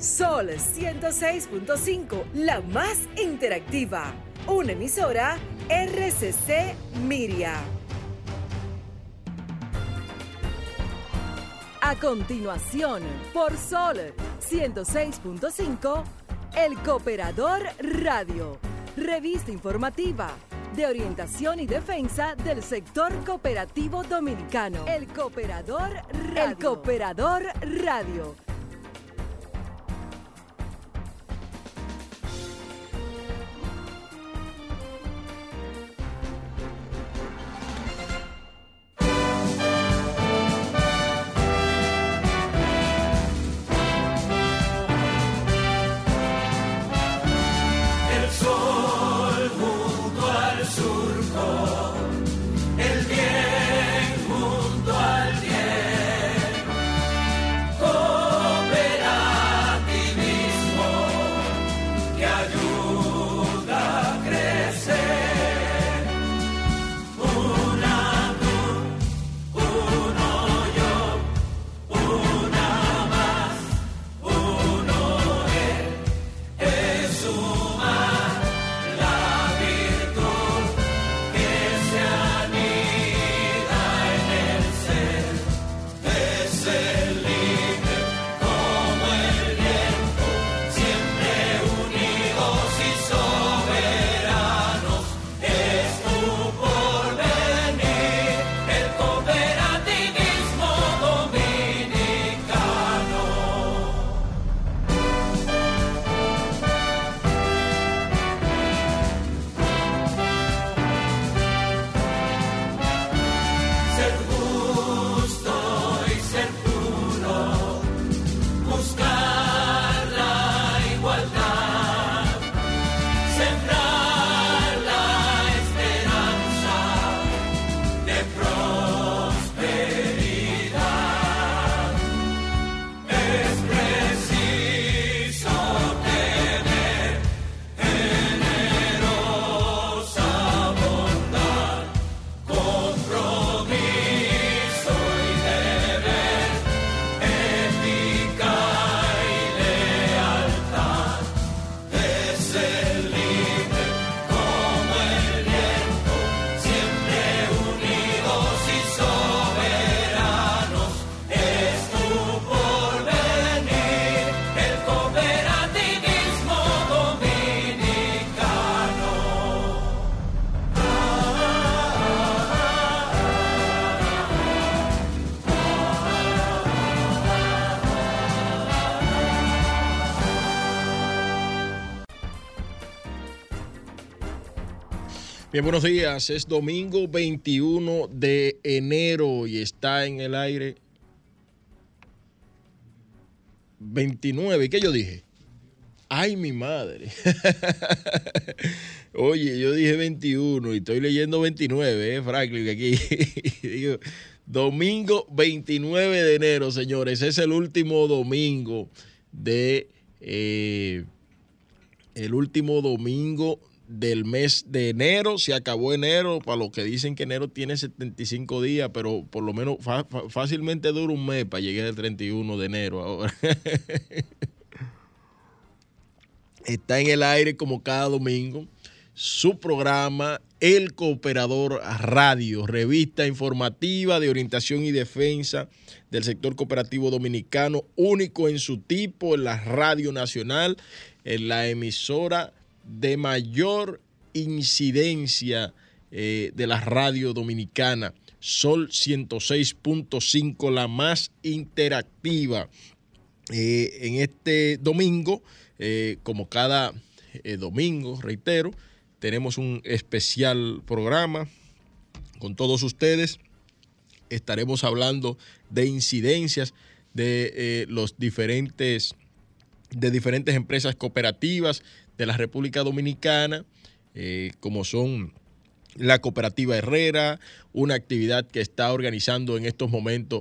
Sol 106.5, la más interactiva. Una emisora RCC Miria. A continuación, por Sol 106.5, El Cooperador Radio, revista informativa de orientación y defensa del sector cooperativo dominicano. El Cooperador Radio. El Cooperador Radio. Bien, buenos días. Es domingo 21 de enero y está en el aire 29. ¿Y qué yo dije? ¡Ay, mi madre! Oye, yo dije 21 y estoy leyendo 29, Franklin, aquí. Digo, domingo 29 de enero, señores. Es el último domingo de... el último domingo del mes de enero. Se acabó enero, para los que dicen que enero tiene 75 días, pero por lo menos fácilmente dura un mes para llegar al 31 de enero ahora. Está en el aire como cada domingo su programa El Cooperador Radio, revista informativa de orientación y defensa del sector cooperativo dominicano, único en su tipo en la Radio Nacional, en la emisora de mayor incidencia de la radio dominicana, Sol 106.5, la más interactiva. En este domingo, como cada domingo, reitero, tenemos un especial programa con todos ustedes. Estaremos hablando de incidencias de diferentes empresas cooperativas de la República Dominicana, como son la Cooperativa Herrera, una actividad que está organizando en estos momentos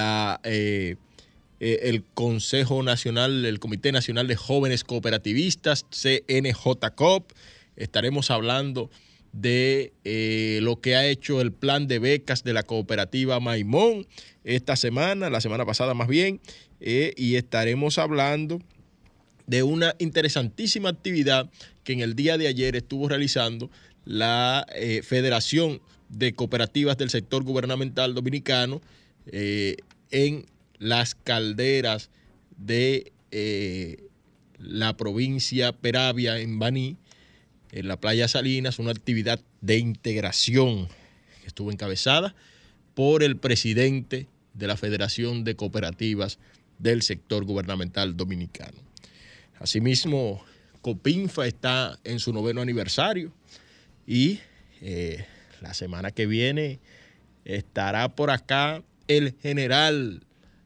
el Consejo Nacional, el Comité Nacional de Jóvenes Cooperativistas, CNJCOP. Estaremos hablando de lo que ha hecho el plan de becas de la cooperativa Maimón la semana pasada más bien, y estaremos hablando de una interesantísima actividad que en el día de ayer estuvo realizando la Federación de Cooperativas del Sector Gubernamental Dominicano en las calderas de la provincia Peravia, en Baní, en la playa Salinas, una actividad de integración que estuvo encabezada por el presidente de la Federación de Cooperativas del Sector Gubernamental Dominicano. Asimismo, Copinfa está en su 9º aniversario y la semana que viene estará por acá el general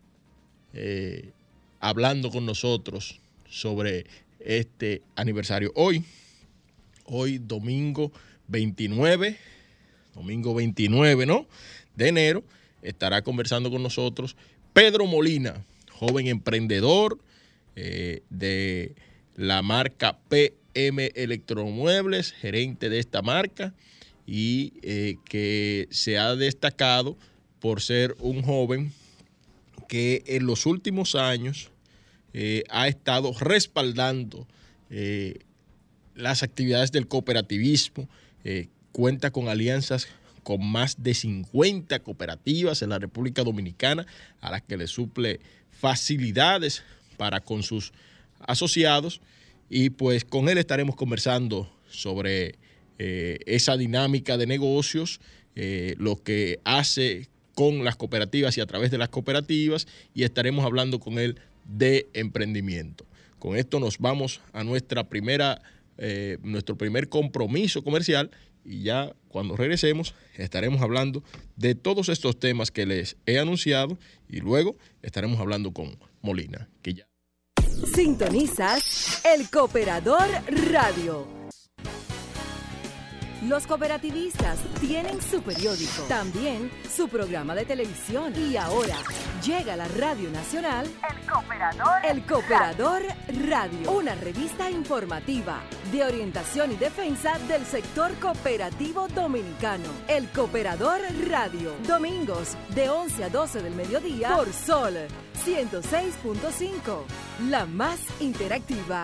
hablando con nosotros sobre este aniversario. Hoy domingo 29, ¿no?, de enero, estará conversando con nosotros Pedro Molina, joven emprendedor de la marca PM Electromuebles, gerente de esta marca, y que se ha destacado por ser un joven que en los últimos años ha estado respaldando las actividades del cooperativismo, cuenta con alianzas con más de 50 cooperativas en la República Dominicana, a las que le suple facilidades para con sus asociados, y pues con él estaremos conversando sobre esa dinámica de negocios, lo que hace con las cooperativas y a través de las cooperativas, y estaremos hablando con él de emprendimiento. Con esto nos vamos a nuestro primer compromiso comercial, y ya cuando regresemos estaremos hablando de todos estos temas que les he anunciado, y luego estaremos hablando con Molina, que ya. Sintonizas El Cooperador Radio. Los cooperativistas tienen su periódico, también su programa de televisión, y ahora llega a la Radio Nacional El Cooperador Radio, una revista informativa de orientación y defensa del sector cooperativo dominicano. El Cooperador Radio, domingos de 11 a 12 del mediodía por Sol 106.5, la más interactiva.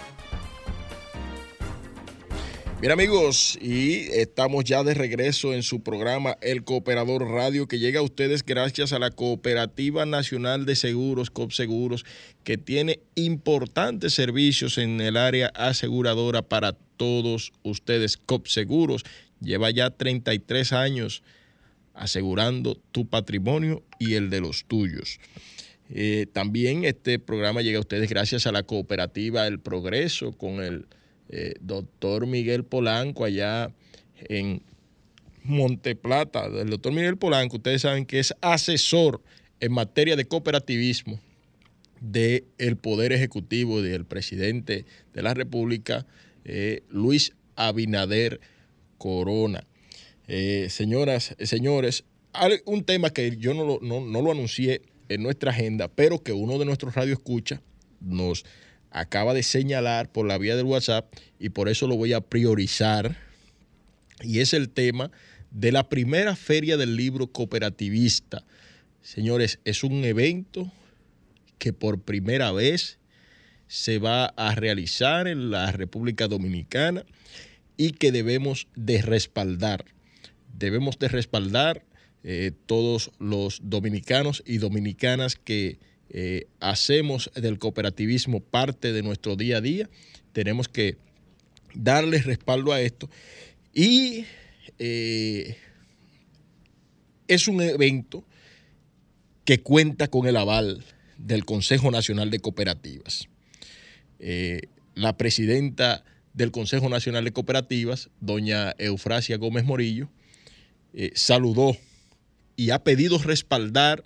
Bien, amigos, y estamos ya de regreso en su programa El Cooperador Radio, que llega a ustedes gracias a la Cooperativa Nacional de Seguros, COPSEGUROS, que tiene importantes servicios en el área aseguradora para todos ustedes. COPSEGUROS lleva ya 33 años asegurando tu patrimonio y el de los tuyos. También este programa llega a ustedes gracias a la Cooperativa El Progreso, con el doctor Miguel Polanco allá en Monteplata. El doctor Miguel Polanco, ustedes saben que es asesor en materia de cooperativismo del Poder Ejecutivo del presidente de la República, Luis Abinader Corona. Señoras, señores, un tema que yo no lo anuncié en nuestra agenda, pero que uno de nuestros radioescuchas nos acaba de señalar por la vía del WhatsApp, y por eso lo voy a priorizar, y es el tema de la primera feria del libro cooperativista. Señores, es un evento que por primera vez se va a realizar en la República Dominicana y que debemos de respaldar. Debemos de respaldar todos los dominicanos y dominicanas que hacemos del cooperativismo parte de nuestro día a día. Tenemos que darle respaldo a esto, y es un evento que cuenta con el aval del Consejo Nacional de Cooperativas. La presidenta del Consejo Nacional de Cooperativas, doña Eufrasia Gómez Morillo, saludó y ha pedido respaldar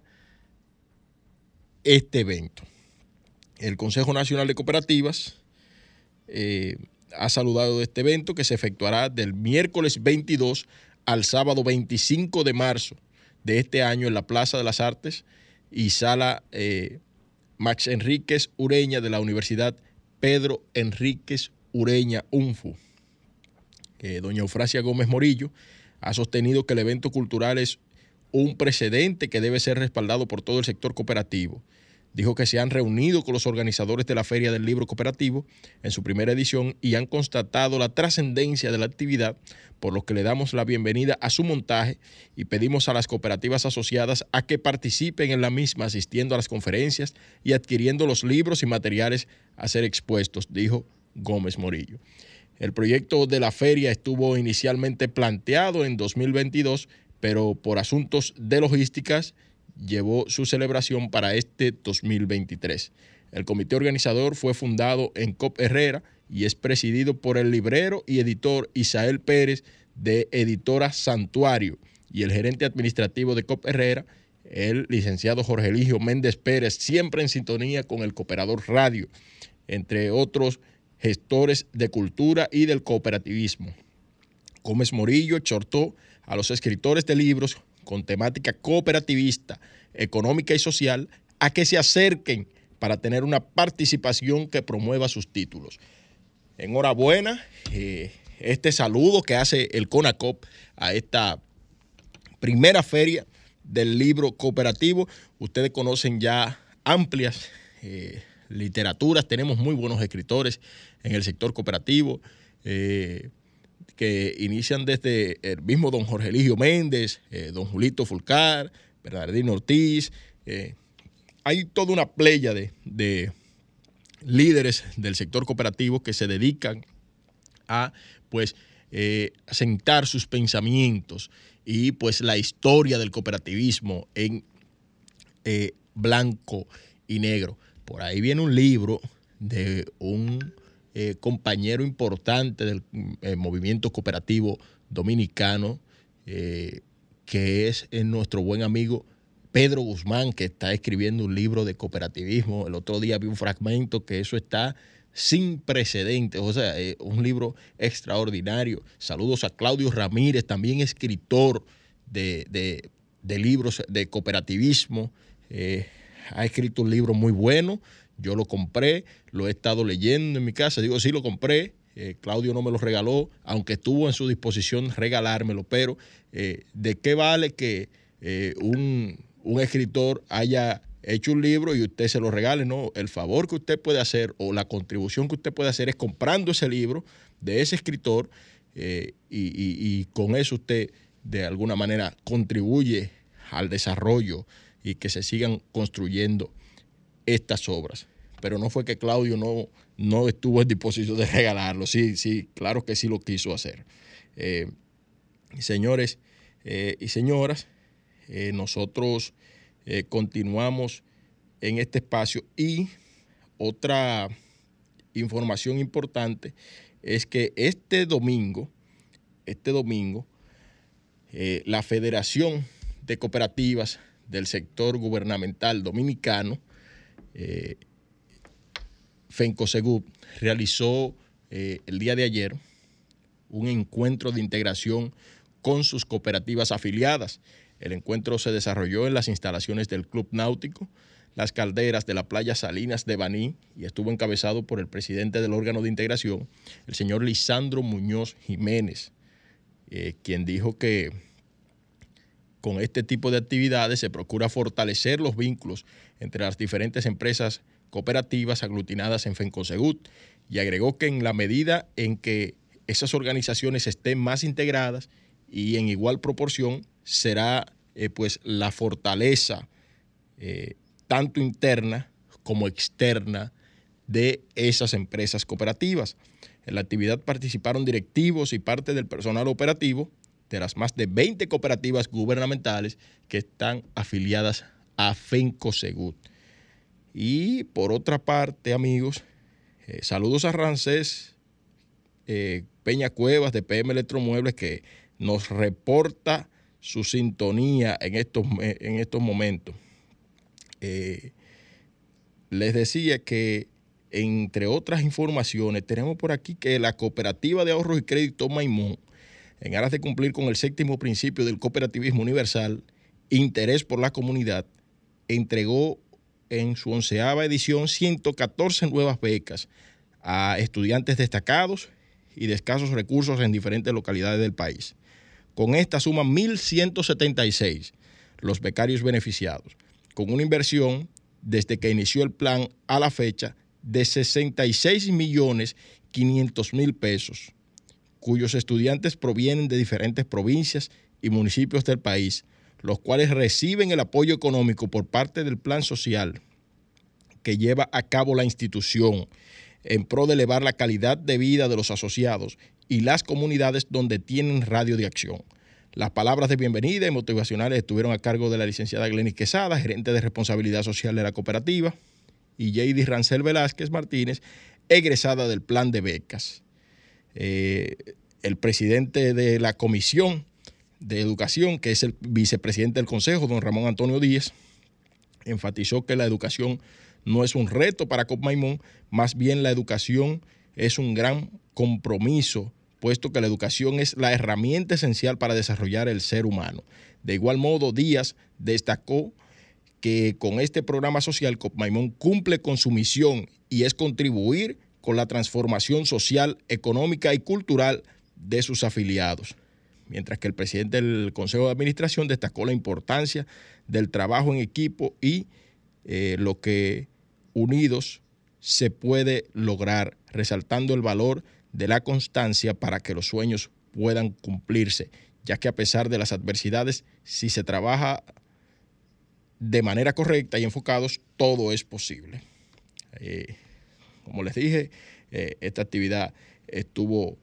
este evento. El Consejo Nacional de Cooperativas ha saludado este evento, que se efectuará del miércoles 22 al sábado 25 de marzo de este año en la Plaza de las Artes y Sala Max Enríquez Ureña de la Universidad Pedro Enríquez Ureña, UNFU. Doña Eufrasia Gómez Morillo ha sostenido que el evento cultural es un precedente que debe ser respaldado por todo el sector cooperativo. Dijo que se han reunido con los organizadores de la Feria del Libro Cooperativo en su primera edición y han constatado la trascendencia de la actividad, por lo que le damos la bienvenida a su montaje y pedimos a las cooperativas asociadas a que participen en la misma, asistiendo a las conferencias y adquiriendo los libros y materiales a ser expuestos, dijo Gómez Morillo. El proyecto de la feria estuvo inicialmente planteado en 2022, pero por asuntos de logísticas llevó su celebración para este 2023. El comité organizador fue fundado en COP Herrera y es presidido por el librero y editor Isael Pérez de Editora Santuario y el gerente administrativo de COP Herrera, el licenciado Jorge Eligio Méndez Pérez, siempre en sintonía con el Cooperador Radio, entre otros gestores de cultura y del cooperativismo. Gómez Morillo exhortó a los escritores de libros con temática cooperativista, económica y social a que se acerquen para tener una participación que promueva sus títulos. Enhorabuena, este saludo que hace el CONACOP a esta primera feria del libro cooperativo. Ustedes conocen ya amplias literaturas, tenemos muy buenos escritores en el sector cooperativo, que inician desde el mismo don Jorge Eligio Méndez, don Julito Fulcar, Bernardino Ortiz. Hay toda una playa de líderes del sector cooperativo que se dedican a sentar sus pensamientos y pues la historia del cooperativismo en blanco y negro. Por ahí viene un libro de un compañero importante del movimiento cooperativo dominicano, que es nuestro buen amigo Pedro Guzmán, que está escribiendo un libro de cooperativismo. El otro día vi un fragmento que eso está sin precedentes, o sea, un libro extraordinario. Saludos a Claudio Ramírez, también escritor de libros de cooperativismo. Ha escrito un libro muy bueno. Yo lo compré, lo he estado leyendo en mi casa. Digo, sí lo compré. Claudio no me lo regaló, aunque estuvo en su disposición regalármelo. Pero, ¿de qué vale que un escritor haya hecho un libro y usted se lo regale? No, el favor que usted puede hacer o la contribución que usted puede hacer es comprando ese libro de ese escritor, y con eso usted de alguna manera contribuye al desarrollo y que se sigan construyendo estas obras. Pero no fue que Claudio no estuvo en disposición de regalarlo. Sí, claro que sí lo quiso hacer. Señores y señoras, nosotros continuamos en este espacio, y otra información importante es que este domingo, la Federación de Cooperativas del Sector Gubernamental Dominicano, FENCOSEGUP, realizó el día de ayer un encuentro de integración con sus cooperativas afiliadas. El encuentro se desarrolló en las instalaciones del Club Náutico Las Calderas de la playa Salinas de Baní y estuvo encabezado por el presidente del órgano de integración, el señor Lisandro Muñoz Jiménez, quien dijo que con este tipo de actividades se procura fortalecer los vínculos entre las diferentes empresas cooperativas aglutinadas en FENCOSEGUT, y agregó que en la medida en que esas organizaciones estén más integradas y en igual proporción, será la fortaleza tanto interna como externa de esas empresas cooperativas. En la actividad participaron directivos y parte del personal operativo de las más de 20 cooperativas gubernamentales que están afiliadas a FENCOSEGUT. Y por otra parte, amigos, saludos a Rancés Peña Cuevas de PM Electromuebles, que nos reporta su sintonía en estos momentos. Les decía que, entre otras informaciones, tenemos por aquí que la Cooperativa de Ahorros y Crédito Maimón, en aras de cumplir con el 7º principio del cooperativismo universal, interés por la comunidad, entregó en su 11ª edición 114 nuevas becas a estudiantes destacados y de escasos recursos en diferentes localidades del país. Con esta suman 1.176 los becarios beneficiados, con una inversión desde que inició el plan a la fecha de 66.500.000 pesos, cuyos estudiantes provienen de diferentes provincias y municipios del país, los cuales reciben el apoyo económico por parte del plan social que lleva a cabo la institución en pro de elevar la calidad de vida de los asociados y las comunidades donde tienen radio de acción. Las palabras de bienvenida y motivacionales estuvieron a cargo de la licenciada Glenis Quesada, gerente de responsabilidad social de la cooperativa, y Jady Rancel Velázquez Martínez, egresada del plan de becas. El presidente de la Comisión de Educación, que es el vicepresidente del Consejo, don Ramón Antonio Díez, enfatizó que la educación no es un reto para COP Maimón, más bien la educación es un gran compromiso, puesto que la educación es la herramienta esencial para desarrollar el ser humano. De igual modo, Díaz destacó que con este programa social COP Maimón cumple con su misión y es contribuir con la transformación social, económica y cultural de sus afiliados. Mientras que el presidente del Consejo de Administración destacó la importancia del trabajo en equipo y lo que unidos se puede lograr, resaltando el valor de la constancia para que los sueños puedan cumplirse, ya que a pesar de las adversidades, si se trabaja de manera correcta y enfocados, todo es posible. Como les dije, esta actividad estuvo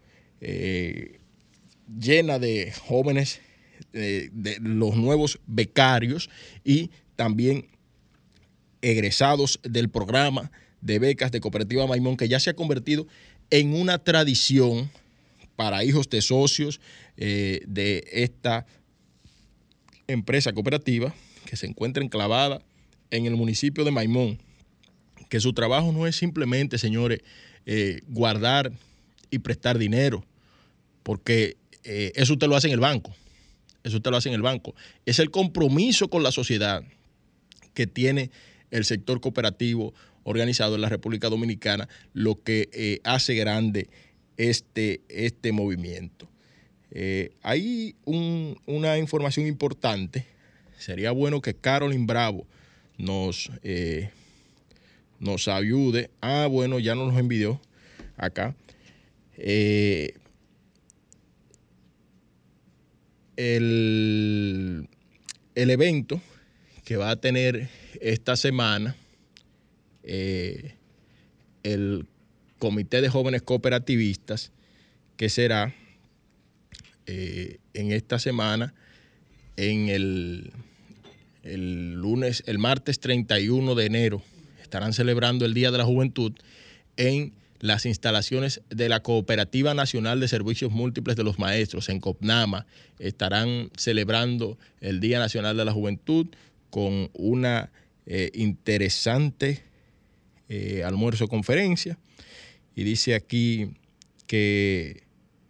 llena de jóvenes, de los nuevos becarios y también egresados del programa de becas de Cooperativa Maimón, que ya se ha convertido en una tradición para hijos de socios de esta empresa cooperativa que se encuentra enclavada en el municipio de Maimón, que su trabajo no es simplemente, señores, guardar y prestar dinero, porque eso usted lo hace en el banco. Eso usted lo hace en el banco. Es el compromiso con la sociedad que tiene el sector cooperativo organizado en la República Dominicana lo que hace grande este movimiento. Hay una información importante. Sería bueno que Carolyn Bravo nos ayude. Bueno, ya nos envió acá. El evento que va a tener esta semana el Comité de Jóvenes Cooperativistas, que será en esta semana, en el martes 31 de enero, estarán celebrando el Día de la Juventud en las instalaciones de la Cooperativa Nacional de Servicios Múltiples de los Maestros, en COPNAMA. Estarán celebrando el Día Nacional de la Juventud con una interesante almuerzo-conferencia. Y dice aquí que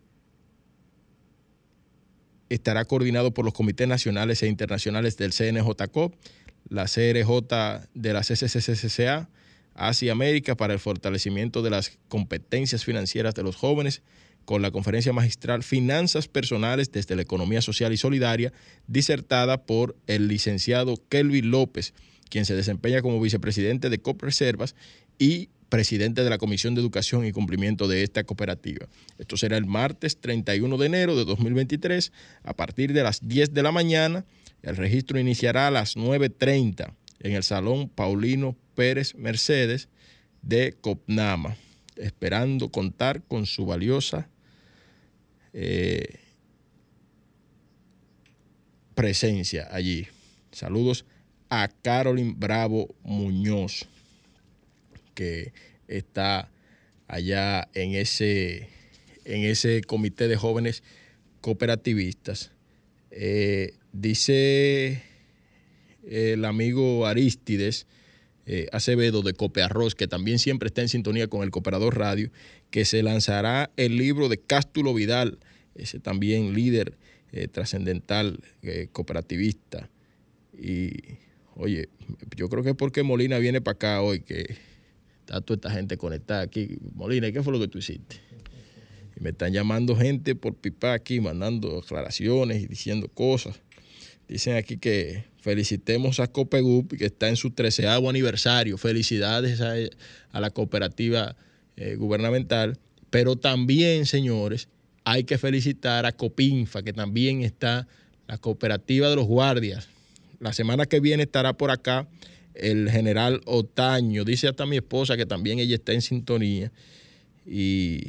estará coordinado por los comités nacionales e internacionales del CNJCOP, la CRJ de la CCCCA, Asia América, para el fortalecimiento de las competencias financieras de los jóvenes, con la conferencia magistral Finanzas Personales desde la Economía Social y Solidaria, disertada por el licenciado Kelvin López, quien se desempeña como vicepresidente de COPReservas y presidente de la Comisión de Educación y Cumplimiento de esta cooperativa. Esto será el martes 31 de enero de 2023 a partir de las 10 de la mañana. El registro iniciará a las 9:30 en el Salón Paulino Pérez Mercedes de COPNAMA, esperando contar con su valiosa presencia allí. Saludos a Carolyn Bravo Muñoz, que está allá en ese comité de jóvenes cooperativistas. Dice el amigo Aristides Acevedo de Copearroz, que también siempre está en sintonía con el Cooperador Radio, que se lanzará el libro de Cástulo Vidal, ese también líder trascendental cooperativista. Y oye, yo creo que es porque Molina viene para acá hoy, que está toda esta gente conectada aquí. Molina, ¿qué fue lo que tú hiciste? Y me están llamando gente por pipa aquí, mandando aclaraciones y diciendo cosas. Dicen aquí que felicitemos a Copegup, que está en su 13º aniversario. Felicidades a la cooperativa gubernamental. Pero también, señores, hay que felicitar a Copinfa, que también está, la cooperativa de los guardias. La semana que viene estará por acá el general Otaño. Dice hasta mi esposa que también ella está en sintonía. Y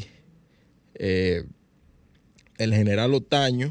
el general Otaño,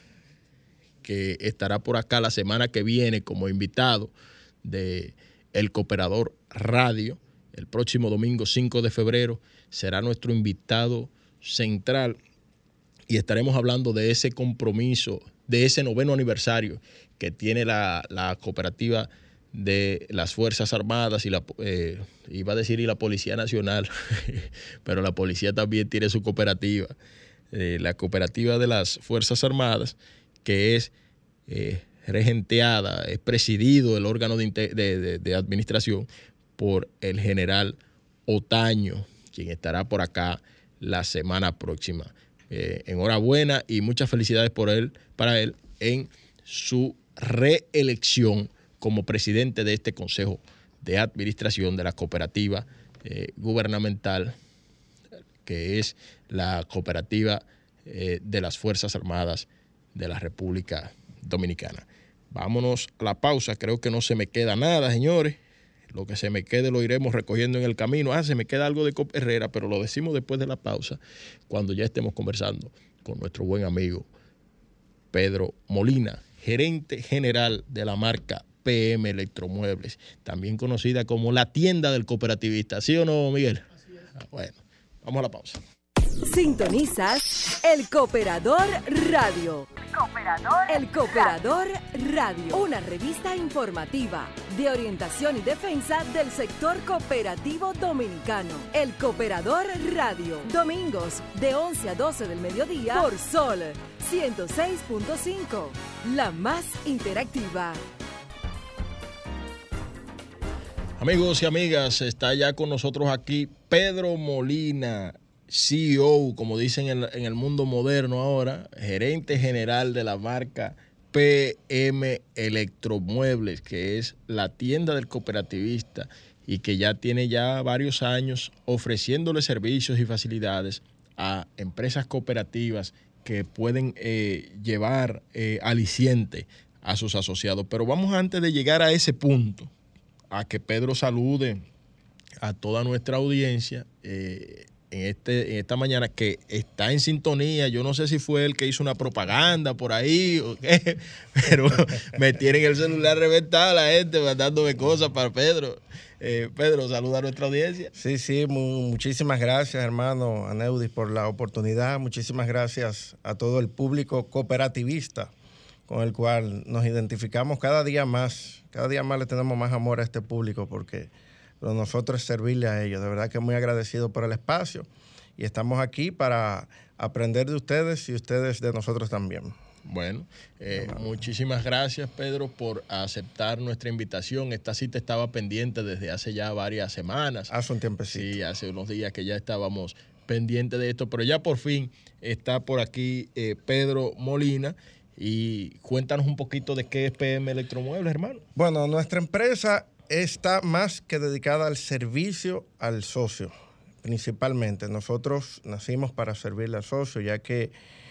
que estará por acá la semana que viene como invitado de El Cooperador Radio, el próximo domingo 5 de febrero, será nuestro invitado central y estaremos hablando de ese compromiso, de ese 9º aniversario que tiene la cooperativa de las Fuerzas Armadas y iba a decir y la Policía Nacional, pero la policía también tiene su cooperativa, la cooperativa de las Fuerzas Armadas, que es regenteada, es presidido el órgano de administración por el general Otaño, quien estará por acá la semana próxima. Enhorabuena y muchas felicidades para él en su reelección como presidente de este Consejo de Administración de la cooperativa gubernamental, que es la cooperativa de las Fuerzas Armadas de la República Dominicana. Vámonos a la pausa, creo que no se me queda nada, señores. Lo que se me quede lo iremos recogiendo en el camino. Se me queda algo de Cop Herrera, pero lo decimos después de la pausa, cuando ya estemos conversando con nuestro buen amigo Pedro Molina, gerente general de la marca PM Electromuebles, también conocida como la tienda del cooperativista. ¿Sí o no, Miguel? Así es. Bueno, vamos a la pausa. Sintonizas El Cooperador Radio. El Cooperador Radio, una revista informativa de orientación y defensa del sector cooperativo dominicano. El Cooperador Radio, domingos de 11 a 12 del mediodía por Sol 106.5, la más interactiva. Amigos y amigas, está ya con nosotros aquí Pedro Molina, CEO, como dicen en el mundo moderno ahora, gerente general de la marca PM Electromuebles, que es la tienda del cooperativista y que ya tiene varios años ofreciéndole servicios y facilidades a empresas cooperativas que pueden llevar aliciente a sus asociados. Pero vamos, antes de llegar a ese punto, a que Pedro salude a toda nuestra audiencia en esta mañana, que está en sintonía. Yo no sé si fue él que hizo una propaganda por ahí o qué, pero me tienen el celular reventado la gente mandándome cosas para Pedro. Pedro, saluda a nuestra audiencia. Sí, muchísimas gracias, hermano Aneudis, por la oportunidad. Muchísimas gracias a todo el público cooperativista con el cual nos identificamos cada día más. Cada día más le tenemos más amor a este público, porque lo de nosotros es servirle a ellos. De verdad que muy agradecido por el espacio y estamos aquí para aprender de ustedes y ustedes de nosotros también. Bueno, muchísimas gracias, Pedro, por aceptar nuestra invitación. Esta cita estaba pendiente desde hace ya varias semanas. Hace un tiempecito. Sí, hace unos días que ya estábamos pendientes de esto, pero ya por fin está por aquí Pedro Molina. Y cuéntanos un poquito de qué es PM Electromuebles, hermano. Bueno, nuestra empresa está más que dedicada al servicio al socio, principalmente. Nosotros nacimos para servirle al socio, ya que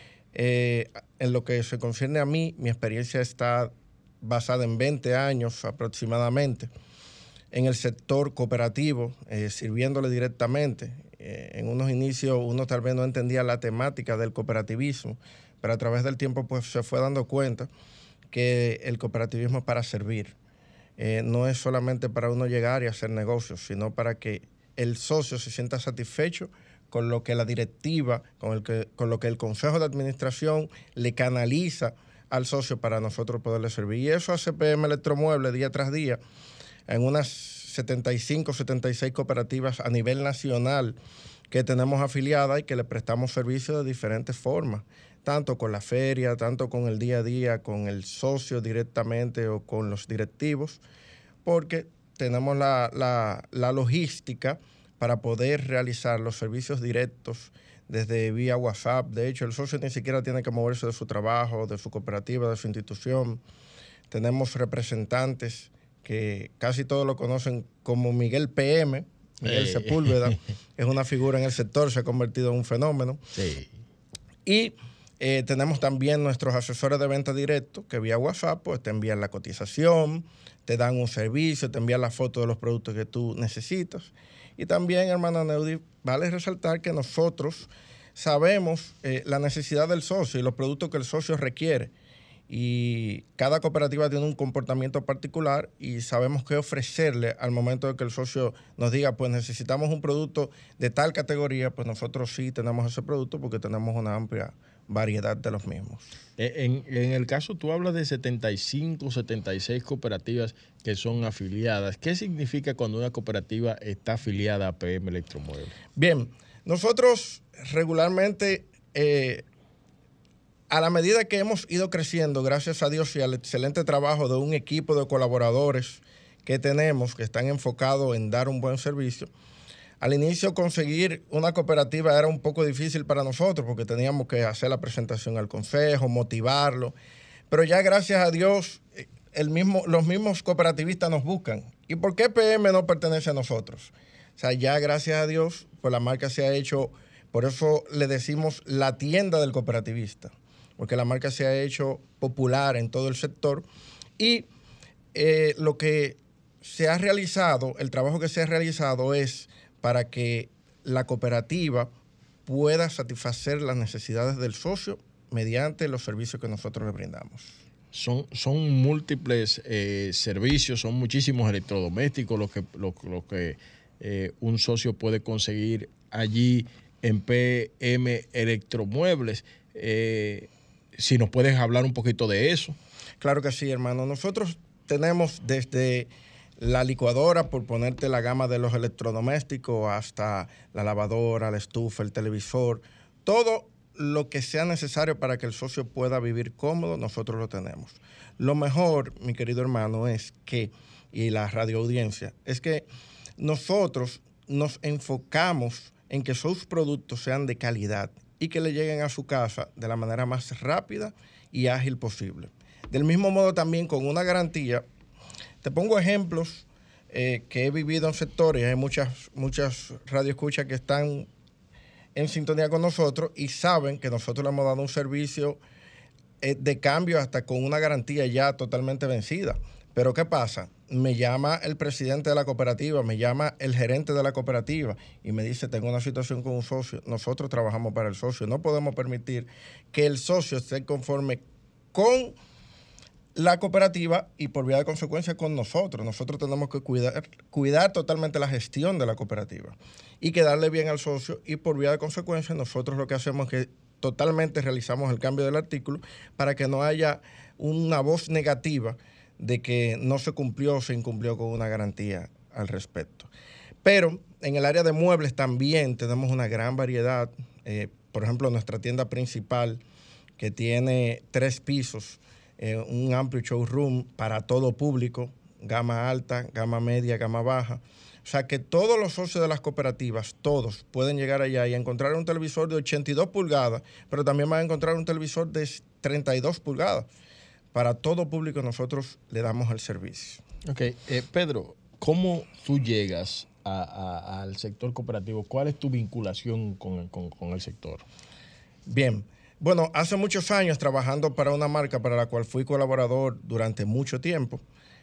en lo que se concierne a mí, mi experiencia está basada en 20 años aproximadamente en el sector cooperativo, sirviéndole directamente. En unos inicios uno tal vez no entendía la temática del cooperativismo, pero a través del tiempo pues se fue dando cuenta que el cooperativismo es para servir. No es solamente para uno llegar y hacer negocios, sino para que el socio se sienta satisfecho con lo que la directiva, con lo que el Consejo de Administración le canaliza al socio para nosotros poderle servir. Y eso hace PM Electromuebles día tras día en unas 75, 76 cooperativas a nivel nacional que tenemos afiliadas y que le prestamos servicios de diferentes formas, tanto con la feria, tanto con el día a día, con el socio directamente o con los directivos, porque tenemos la logística para poder realizar los servicios directos desde vía WhatsApp. De hecho, el socio ni siquiera tiene que moverse de su trabajo, de su cooperativa, de su institución. tenemos representantes que casi todos lo conocen como Miguel PM, Miguel Sepúlveda, es una figura en el sector, se ha convertido en un fenómeno. Sí. Y tenemos también nuestros asesores de venta directo, que vía WhatsApp pues, te envían la cotización, te dan un servicio, te envían la foto de los productos que tú necesitas. Y también, hermana Neudi, vale resaltar que nosotros sabemos la necesidad del socio y los productos que el socio requiere. Y cada cooperativa tiene un comportamiento particular y sabemos qué ofrecerle al momento de que el socio nos diga, pues necesitamos un producto de tal categoría, pues nosotros sí tenemos ese producto porque tenemos una amplia variedad de los mismos. En el caso, tú hablas de 75, 76 cooperativas que son afiliadas. ¿Qué significa cuando una cooperativa está afiliada a PM Electromuebles? Bien, nosotros regularmente, a la medida que hemos ido creciendo, gracias a Dios y al excelente trabajo de un equipo de colaboradores que tenemos, que están enfocados en dar un buen servicio, al inicio conseguir una cooperativa era un poco difícil para nosotros porque teníamos que hacer la presentación al consejo, motivarlo, pero ya gracias a Dios los mismos cooperativistas nos buscan. ¿Y por qué PM no pertenece a nosotros? O sea, ya gracias a Dios, pues la marca se ha hecho, por eso le decimos la tienda del cooperativista, porque la marca se ha hecho popular en todo el sector y lo que se ha realizado, el trabajo que se ha realizado es para que la cooperativa pueda satisfacer las necesidades del socio mediante los servicios que nosotros le brindamos. Son múltiples servicios, son muchísimos electrodomésticos lo que un socio puede conseguir allí en PM Electromuebles. Si nos puedes hablar un poquito de eso. Claro que sí, hermano. Nosotros tenemos desde la licuadora, por ponerte la gama de los electrodomésticos, hasta la lavadora, la estufa, el televisor, todo lo que sea necesario para que el socio pueda vivir cómodo, nosotros lo tenemos. Lo mejor, mi querido hermano, es que, y la radioaudiencia, es que nosotros nos enfocamos en que sus productos sean de calidad y que le lleguen a su casa de la manera más rápida y ágil posible. Del mismo modo también con una garantía. Te pongo ejemplos que he vivido en sectores, hay muchas radioescuchas que están en sintonía con nosotros y saben que nosotros le hemos dado un servicio de cambio hasta con una garantía ya totalmente vencida. Pero ¿qué pasa? Me llama el presidente de la cooperativa, me llama el gerente de la cooperativa y me dice, tengo una situación con un socio. Nosotros trabajamos para el socio. No podemos permitir que el socio esté conforme con la cooperativa y por vía de consecuencia con nosotros. Nosotros tenemos que cuidar totalmente la gestión de la cooperativa y quedarle bien al socio, y por vía de consecuencia nosotros lo que hacemos es que totalmente realizamos el cambio del artículo para que no haya una voz negativa de que no se cumplió o se incumplió con una garantía al respecto. Pero en el área de muebles también tenemos una gran variedad. Por ejemplo, nuestra tienda principal, que tiene 3 pisos, un amplio showroom para todo público, gama alta, gama media, gama baja. O sea que todos los socios de las cooperativas, todos pueden llegar allá y encontrar un televisor de 82 pulgadas, pero también van a encontrar un televisor de 32 pulgadas. Para todo público nosotros le damos el servicio. Ok, Pedro, ¿cómo tú llegas al sector cooperativo? ¿Cuál es tu vinculación con el sector? Bien, bueno, hace muchos años trabajando para una marca para la cual fui colaborador durante mucho tiempo,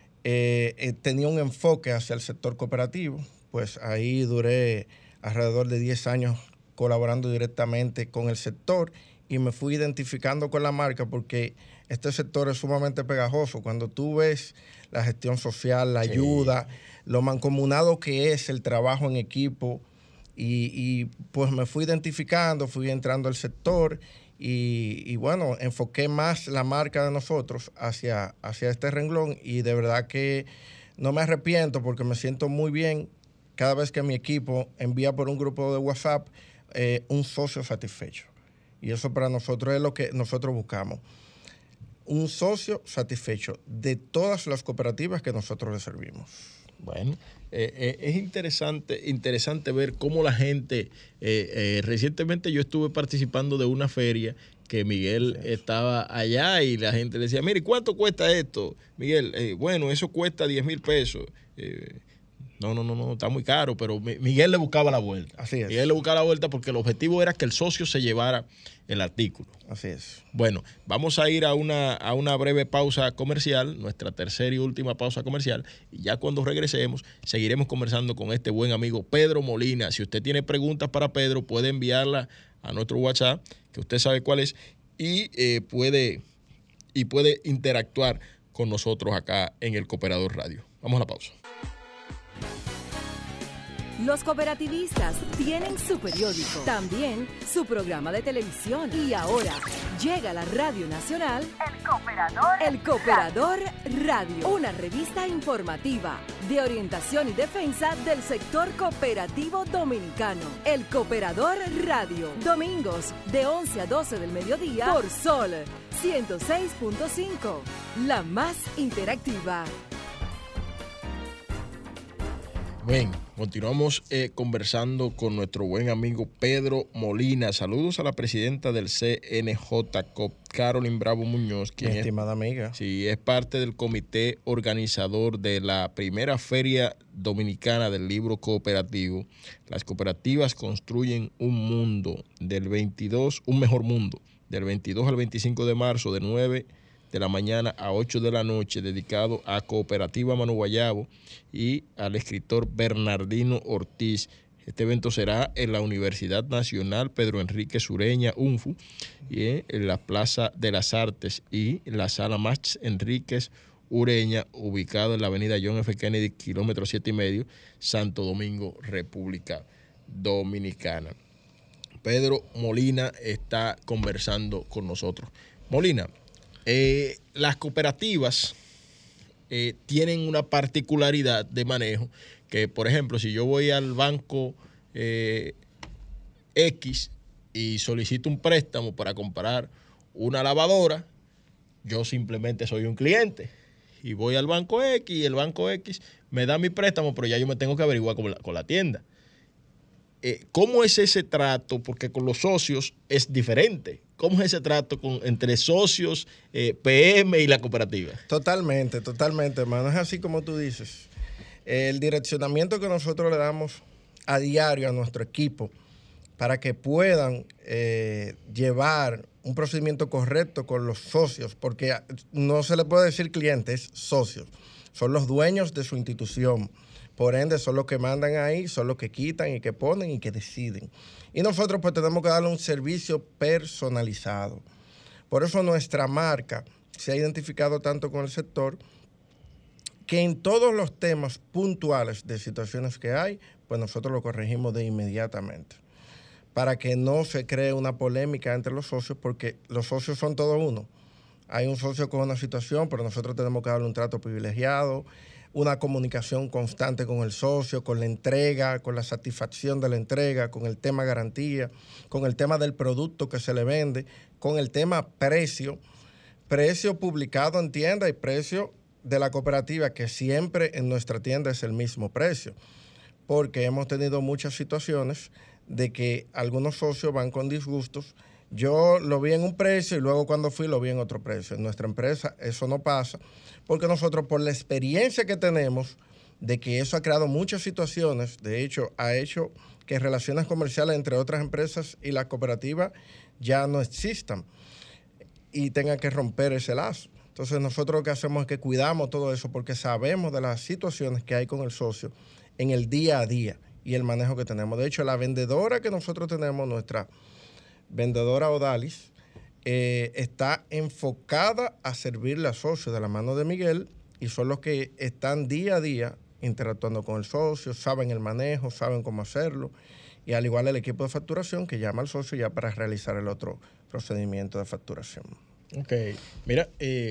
tenía un enfoque hacia el sector cooperativo. Pues ahí duré alrededor de 10 años colaborando directamente con el sector y me fui identificando con la marca porque este sector es sumamente pegajoso. Cuando tú ves la gestión social, la ayuda, lo mancomunado que es el trabajo en equipo, y pues me fui identificando, fui entrando al sector y bueno, enfoqué más la marca de nosotros hacia este renglón, y de verdad que no me arrepiento porque me siento muy bien cada vez que mi equipo envía por un grupo de WhatsApp un socio satisfecho. Y eso para nosotros es lo que nosotros buscamos. Un socio satisfecho de todas las cooperativas que nosotros le servimos. Bueno, es interesante ver cómo la gente, recientemente yo estuve participando de una feria que Miguel estaba allá y la gente le decía, mire, ¿cuánto cuesta esto? Miguel, bueno, eso cuesta 10,000 pesos. No, está muy caro, pero Miguel le buscaba la vuelta. Así es. Miguel le buscaba la vuelta porque el objetivo era que el socio se llevara el artículo. Así es. Bueno, vamos a ir a una breve pausa comercial, nuestra tercera y última pausa comercial, y ya cuando regresemos seguiremos conversando con este buen amigo Pedro Molina. Si usted tiene preguntas para Pedro, puede enviarla a nuestro WhatsApp, que usted sabe cuál es, y puede interactuar con nosotros acá en el Cooperador Radio. Vamos a la pausa. Los cooperativistas tienen su periódico, también su programa de televisión. Y ahora llega a la Radio Nacional El Cooperador Radio, una revista informativa de orientación y defensa del sector cooperativo dominicano. El Cooperador Radio, domingos de 11 a 12 del mediodía por Sol 106.5, la más interactiva. Bien, continuamos conversando con nuestro buen amigo Pedro Molina. Saludos a la presidenta del CNJ, Carolyn Bravo Muñoz, quien estimada amiga. Sí, es parte del comité organizador de la primera Feria Dominicana del Libro Cooperativo. Las cooperativas construyen un mejor mundo, del 22 al 25 de marzo, de 9 de la mañana a 8 de la noche, dedicado a Cooperativa Manu Guayabo y al escritor Bernardino Ortiz. Este evento será en la Universidad Nacional Pedro Enrique Sureña, UNFU, y en la Plaza de las Artes y la Sala Max Enríquez Ureña, ubicado en la avenida John F. Kennedy, kilómetro 7,5, Santo Domingo, República Dominicana. Pedro Molina está conversando con nosotros. Molina, las cooperativas tienen una particularidad de manejo que, por ejemplo, si yo voy al banco X y solicito un préstamo para comprar una lavadora, yo simplemente soy un cliente y voy al banco X y el banco X me da mi préstamo, pero ya yo me tengo que averiguar con la tienda. ¿Cómo es ese trato? Porque con los socios es diferente. ¿Cómo es ese trato entre socios, PM y la cooperativa? Totalmente, hermano. Es así como tú dices. El direccionamiento que nosotros le damos a diario a nuestro equipo para que puedan llevar un procedimiento correcto con los socios, porque no se le puede decir clientes, socios. Son los dueños de su institución. Por ende, son los que mandan ahí, son los que quitan y que ponen y que deciden. Y nosotros pues tenemos que darle un servicio personalizado. Por eso nuestra marca se ha identificado tanto con el sector que en todos los temas puntuales de situaciones que hay, pues nosotros lo corregimos de inmediatamente. Para que no se cree una polémica entre los socios, porque los socios son todos uno. Hay un socio con una situación, pero nosotros tenemos que darle un trato privilegiado, una comunicación constante con el socio, con la entrega, con la satisfacción de la entrega, con el tema garantía, con el tema del producto que se le vende, con el tema precio publicado en tienda y precio de la cooperativa, que siempre en nuestra tienda es el mismo precio, porque hemos tenido muchas situaciones de que algunos socios van con disgustos. Yo lo vi en un precio y luego cuando fui lo vi en otro precio. En nuestra empresa eso no pasa, porque nosotros, por la experiencia que tenemos de que eso ha creado muchas situaciones, de hecho ha hecho que relaciones comerciales entre otras empresas y la cooperativa ya no existan y tengan que romper ese lazo. Entonces nosotros lo que hacemos es que cuidamos todo eso porque sabemos de las situaciones que hay con el socio en el día a día y el manejo que tenemos. De hecho, la vendedora que nosotros tenemos, nuestra vendedora Odalis, está enfocada a servirle a socios de la mano de Miguel y son los que están día a día interactuando con el socio, saben el manejo, saben cómo hacerlo, y al igual el equipo de facturación que llama al socio ya para realizar el otro procedimiento de facturación. Ok, mira,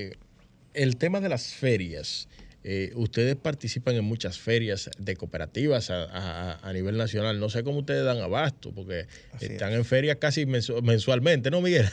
el tema de las ferias, ustedes participan en muchas ferias de cooperativas a nivel nacional. No sé cómo ustedes dan abasto, porque están en ferias casi mensualmente, ¿no, Miguel?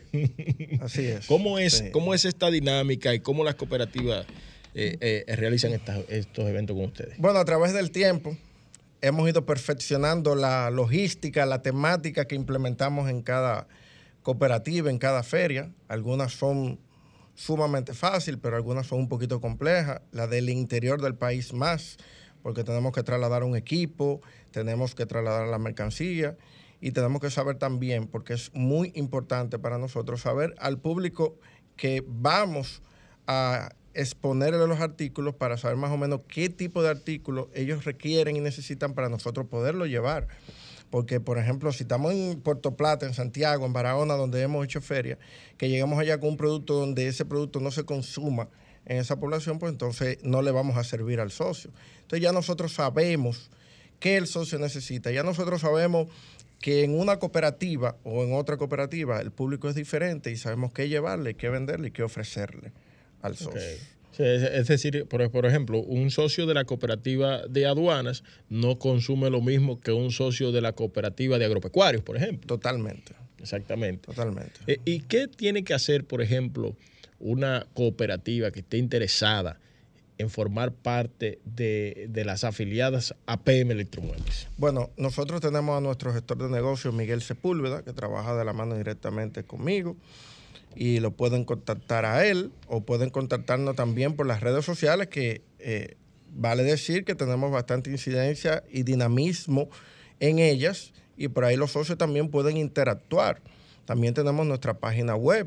Así es. ¿Cómo es esta dinámica y cómo las cooperativas realizan estos eventos con ustedes? Bueno, a través del tiempo hemos ido perfeccionando la logística, la temática que implementamos en cada cooperativas en cada feria. Algunas son sumamente fáciles, pero algunas son un poquito complejas. La del interior del país más, porque tenemos que trasladar un equipo, tenemos que trasladar la mercancía y tenemos que saber también, porque es muy importante para nosotros saber al público que vamos a exponerle los artículos para saber más o menos qué tipo de artículos ellos requieren y necesitan para nosotros poderlo llevar. Porque, por ejemplo, si estamos en Puerto Plata, en Santiago, en Barahona, donde hemos hecho feria, que llegamos allá con un producto donde ese producto no se consuma en esa población, pues entonces no le vamos a servir al socio. Entonces ya nosotros sabemos qué el socio necesita, ya nosotros sabemos que en una cooperativa o en otra cooperativa el público es diferente y sabemos qué llevarle, qué venderle y qué ofrecerle al socio. Okay. Sí, es decir, por ejemplo, un socio de la cooperativa de aduanas no consume lo mismo que un socio de la cooperativa de agropecuarios, por ejemplo. Totalmente. Exactamente. Totalmente. ¿Y qué tiene que hacer, por ejemplo, una cooperativa que esté interesada en formar parte de las afiliadas a PM Electromuebles? Bueno, nosotros tenemos a nuestro gestor de negocios, Miguel Sepúlveda, que trabaja de la mano directamente conmigo, y lo pueden contactar a él o pueden contactarnos también por las redes sociales, que vale decir que tenemos bastante incidencia y dinamismo en ellas, y por ahí los socios también pueden interactuar. También tenemos nuestra página web,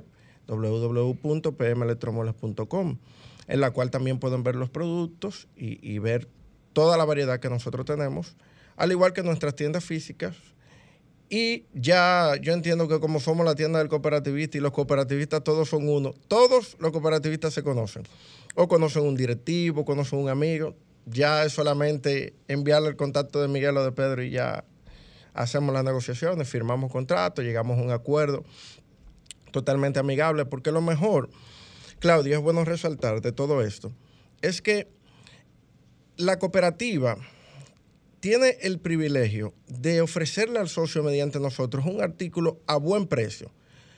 www.pmelectromuebles.com, en la cual también pueden ver los productos y ver toda la variedad que nosotros tenemos, al igual que nuestras tiendas físicas. Y ya yo entiendo que como somos la tienda del cooperativista y los cooperativistas todos son uno, todos los cooperativistas se conocen. O conocen un directivo, conocen un amigo. Ya es solamente enviarle el contacto de Miguel o de Pedro y ya hacemos las negociaciones, firmamos contratos, llegamos a un acuerdo totalmente amigable. Porque lo mejor, Claudio, es bueno resaltar de todo esto, es que la cooperativa tiene el privilegio de ofrecerle al socio mediante nosotros un artículo a buen precio.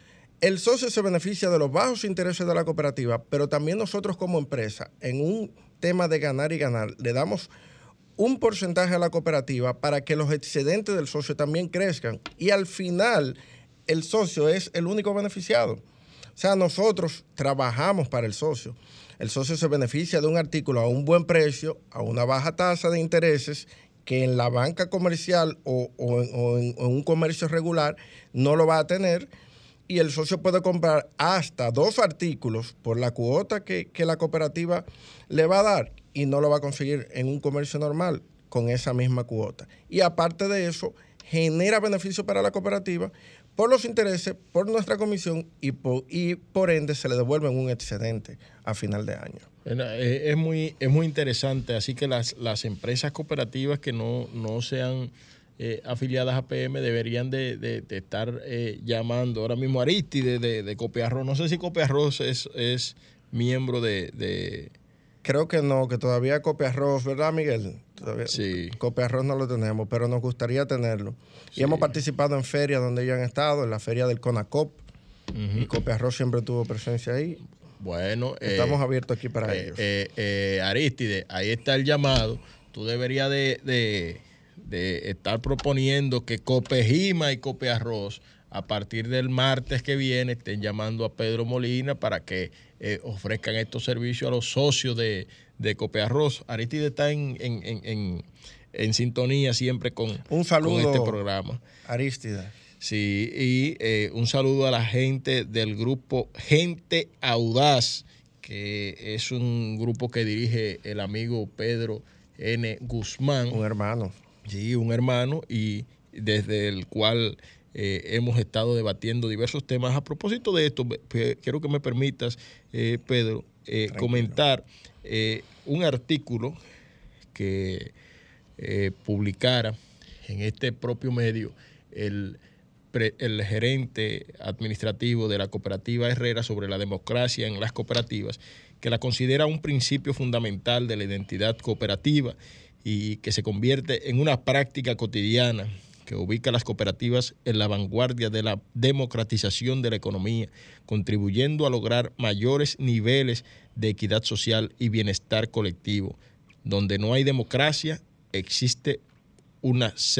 El socio se beneficia de los bajos intereses de la cooperativa, pero también nosotros como empresa, en un tema de ganar y ganar, le damos un porcentaje a la cooperativa para que los excedentes del socio también crezcan. Y al final, el socio es el único beneficiado. O sea, nosotros trabajamos para el socio. El socio se beneficia de un artículo a un buen precio, a una baja tasa de intereses, que en la banca comercial o en un comercio regular no lo va a tener, y el socio puede comprar hasta 2 artículos por la cuota que la cooperativa le va a dar y no lo va a conseguir en un comercio normal con esa misma cuota. Y aparte de eso, genera beneficio para la cooperativa por los intereses, por nuestra comisión y por ende se le devuelve un excedente a final de año. Es muy interesante, así que las empresas cooperativas que no sean afiliadas a PM deberían de estar llamando ahora mismo a Aristide de Copiarroz. No sé si Copiarroz es miembro de... Creo que no, que todavía Copiarroz, ¿verdad, Miguel? Todavía Sí. Copiarroz no lo tenemos, pero nos gustaría tenerlo. Sí. Y hemos participado en ferias donde ellos han estado, en la feria del CONACOP, y Copiarroz siempre tuvo presencia ahí. Bueno, estamos abiertos aquí para ellos. Aristide, ahí está el llamado. Tú deberías de estar proponiendo que Copejima y Copiarroz a partir del martes que viene estén llamando a Pedro Molina para que ofrezcan estos servicios a los socios de Copiarroz. Aristide está en sintonía siempre con este programa. Aristide. Sí, y un saludo a la gente del grupo Gente Audaz, que es un grupo que dirige el amigo Pedro N. Guzmán. Un hermano. Sí, un hermano, y desde el cual hemos estado debatiendo diversos temas. A propósito de esto, quiero que me permitas, Pedro, comentar un artículo que publicara en este propio medio el gerente administrativo de la cooperativa Herrera sobre la democracia en las cooperativas, que la considera un principio fundamental de la identidad cooperativa y que se convierte en una práctica cotidiana que ubica a las cooperativas en la vanguardia de la democratización de la economía, contribuyendo a lograr mayores niveles de equidad social y bienestar colectivo. Donde no hay democracia, existe una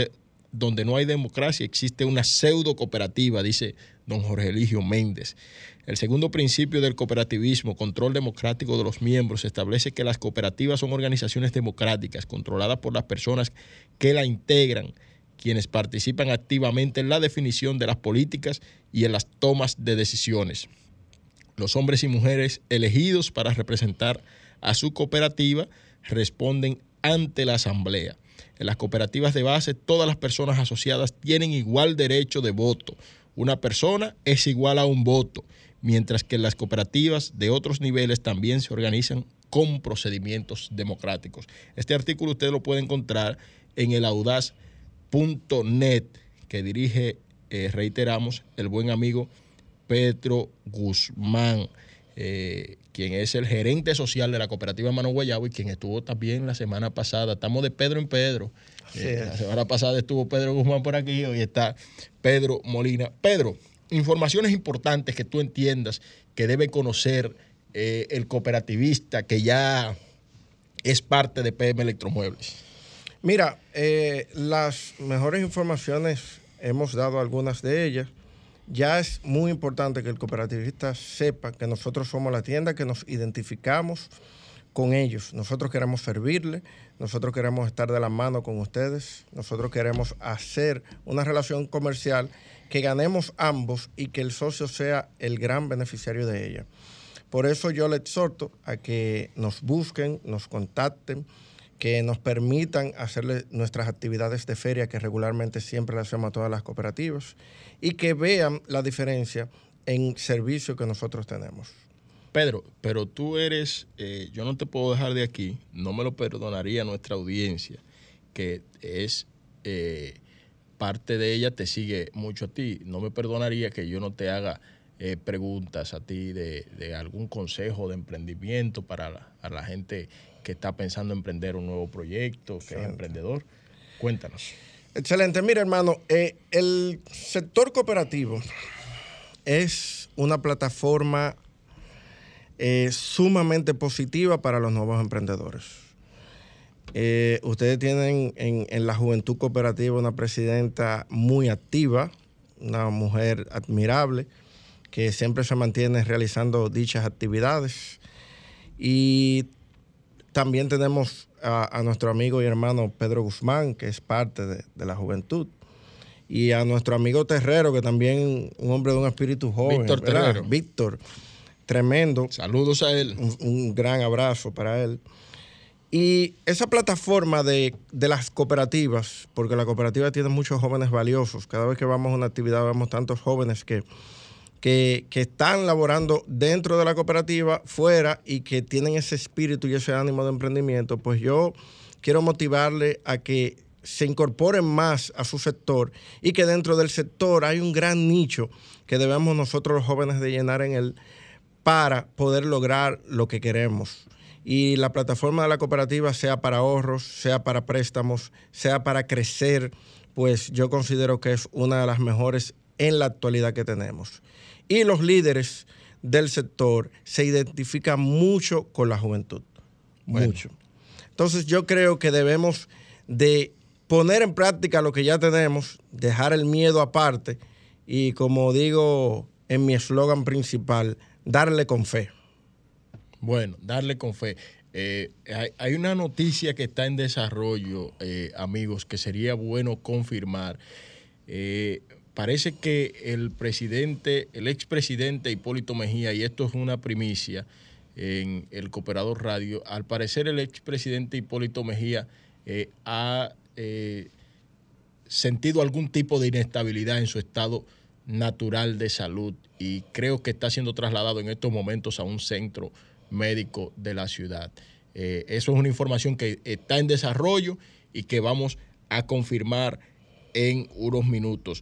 donde no hay democracia existe una pseudo cooperativa, dice don Jorge Eligio Méndez. El segundo principio del cooperativismo, control democrático de los miembros, establece que las cooperativas son organizaciones democráticas controladas por las personas que la integran, quienes participan activamente en la definición de las políticas y en las tomas de decisiones. Los hombres y mujeres elegidos para representar a su cooperativa responden ante la asamblea. En las cooperativas de base, todas las personas asociadas tienen igual derecho de voto. Una persona es igual a un voto, mientras que en las cooperativas de otros niveles también se organizan con procedimientos democráticos. Este artículo usted lo puede encontrar en el audaz.net, que dirige, reiteramos, el buen amigo Pedro Guzmán, quien es el gerente social de la cooperativa Mano Guayabo y quien estuvo también la semana pasada. Estamos de Pedro en Pedro. La semana pasada estuvo Pedro Guzmán por aquí, hoy está Pedro Molina. Pedro, informaciones importantes que tú entiendas que debe conocer el cooperativista que ya es parte de PM Electromuebles. Mira, las mejores informaciones, hemos dado algunas de ellas. Ya es muy importante que el cooperativista sepa que nosotros somos la tienda, que nos identificamos con ellos. Nosotros queremos servirle, nosotros queremos estar de la mano con ustedes, nosotros queremos hacer una relación comercial que ganemos ambos y que el socio sea el gran beneficiario de ella. Por eso yo le exhorto a que nos busquen, nos contacten, que nos permitan hacerle nuestras actividades de feria que regularmente siempre le hacemos a todas las cooperativas y que vean la diferencia en servicio que nosotros tenemos. Pedro, pero tú eres, yo no te puedo dejar de aquí, no me lo perdonaría nuestra audiencia, que es parte de ella, te sigue mucho a ti, no me perdonaría que yo no te haga preguntas a ti de algún consejo de emprendimiento para la gente que está pensando en emprender un nuevo proyecto, que es emprendedor. Cuéntanos. Excelente. Mira, hermano, el sector cooperativo es una plataforma sumamente positiva para los nuevos emprendedores. Ustedes tienen en la Juventud Cooperativa una presidenta muy activa, una mujer admirable, que siempre se mantiene realizando dichas actividades. Y también tenemos a nuestro amigo y hermano Pedro Guzmán, que es parte de la juventud. Y a nuestro amigo Terrero, que también un hombre de un espíritu joven. Víctor Terrero. Víctor, tremendo. Saludos a él. Un gran abrazo para él. Y esa plataforma de las cooperativas, porque la cooperativa tiene muchos jóvenes valiosos. Cada vez que vamos a una actividad vemos tantos jóvenes que están laborando dentro de la cooperativa, fuera, y que tienen ese espíritu y ese ánimo de emprendimiento. Pues yo quiero motivarle a que se incorporen más a su sector y que dentro del sector hay un gran nicho que debemos nosotros los jóvenes de llenar en él para poder lograr lo que queremos. Y la plataforma de la cooperativa, sea para ahorros, sea para préstamos, sea para crecer, pues yo considero que es una de las mejores en la actualidad que tenemos. Y los líderes del sector se identifican mucho con la juventud. Bueno. Mucho. Entonces yo creo que debemos de poner en práctica lo que ya tenemos, dejar el miedo aparte y, como digo en mi eslogan principal, darle con fe. Bueno, darle con fe. Hay una noticia que está en desarrollo, amigos, que sería bueno confirmar. Parece que el expresidente Hipólito Mejía, y esto es una primicia en el Cooperador Radio, al parecer el expresidente Hipólito Mejía ha sentido algún tipo de inestabilidad en su estado natural de salud y creo que está siendo trasladado en estos momentos a un centro médico de la ciudad. Eso es una información que está en desarrollo y que vamos a confirmar en unos minutos.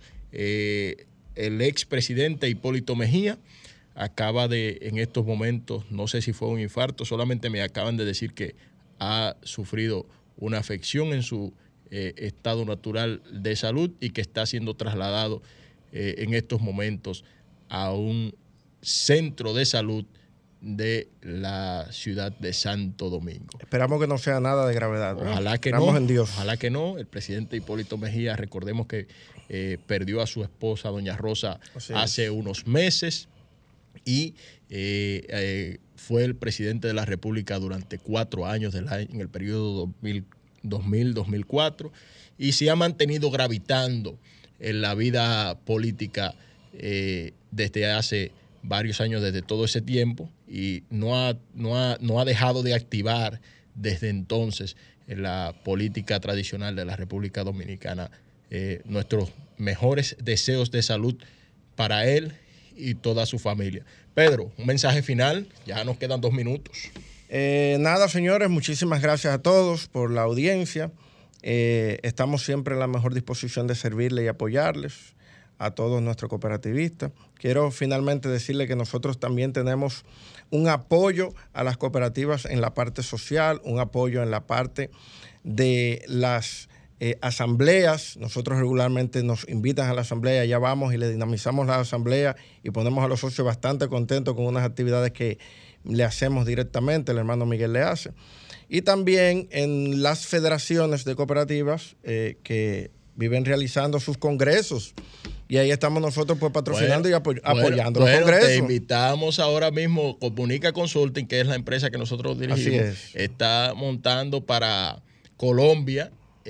El expresidente Hipólito Mejía acaba en estos momentos, no sé si fue un infarto, solamente me acaban de decir que ha sufrido una afección en su estado natural de salud y que está siendo trasladado en estos momentos a un centro de salud de la ciudad de Santo Domingo. Esperamos que no sea nada de gravedad, ¿verdad? Ojalá que Esperamos no. en Dios. Ojalá que no. El presidente Hipólito Mejía, recordemos que perdió a su esposa, doña Rosa, hace unos meses y fue el presidente de la República durante 4 años en el periodo 2000-2004 y se ha mantenido gravitando en la vida política desde hace varios años, desde todo ese tiempo, y no ha dejado de activar desde entonces en la política tradicional de la República Dominicana. Nuestros mejores deseos de salud para él y toda su familia. Pedro, un mensaje final, ya nos quedan 2 minutos. Nada, señores, muchísimas gracias a todos por la audiencia. Estamos siempre en la mejor disposición de servirles y apoyarles a todos nuestros cooperativistas. Quiero finalmente decirle que nosotros también tenemos un apoyo a las cooperativas en la parte social, un apoyo en la parte de las asambleas. Nosotros regularmente nos invitan a la asamblea, ya vamos y le dinamizamos la asamblea y ponemos a los socios bastante contentos con unas actividades que le hacemos directamente, el hermano Miguel le hace. Y también en las federaciones de cooperativas que viven realizando sus congresos. Y ahí estamos nosotros pues patrocinando y apoyando los congresos. Te invitamos ahora mismo, Comunica Consulting, que es la empresa que nosotros dirigimos, está montando para Colombia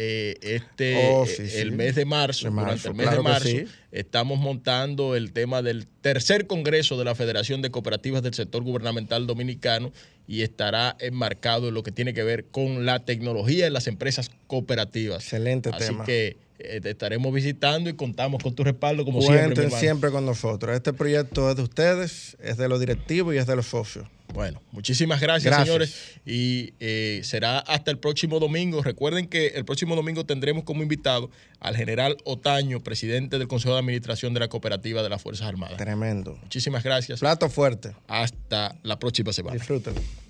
el mes de marzo. Durante el mes de marzo estamos montando el tema del tercer congreso de la Federación de Cooperativas del Sector Gubernamental Dominicano y estará enmarcado en lo que tiene que ver con la tecnología en las empresas cooperativas. Excelente tema. Así que te estaremos visitando y contamos con tu respaldo como siempre. Cuenten siempre con nosotros. Este proyecto es de ustedes, es de los directivos y es de los socios. Bueno, muchísimas gracias, señores. Y será hasta el próximo domingo. Recuerden que el próximo domingo tendremos como invitado al general Otaño, presidente del Consejo de Administración de la Cooperativa de las Fuerzas Armadas. Tremendo. Muchísimas gracias. Plato fuerte. Hasta la próxima semana. Disfrútenlo.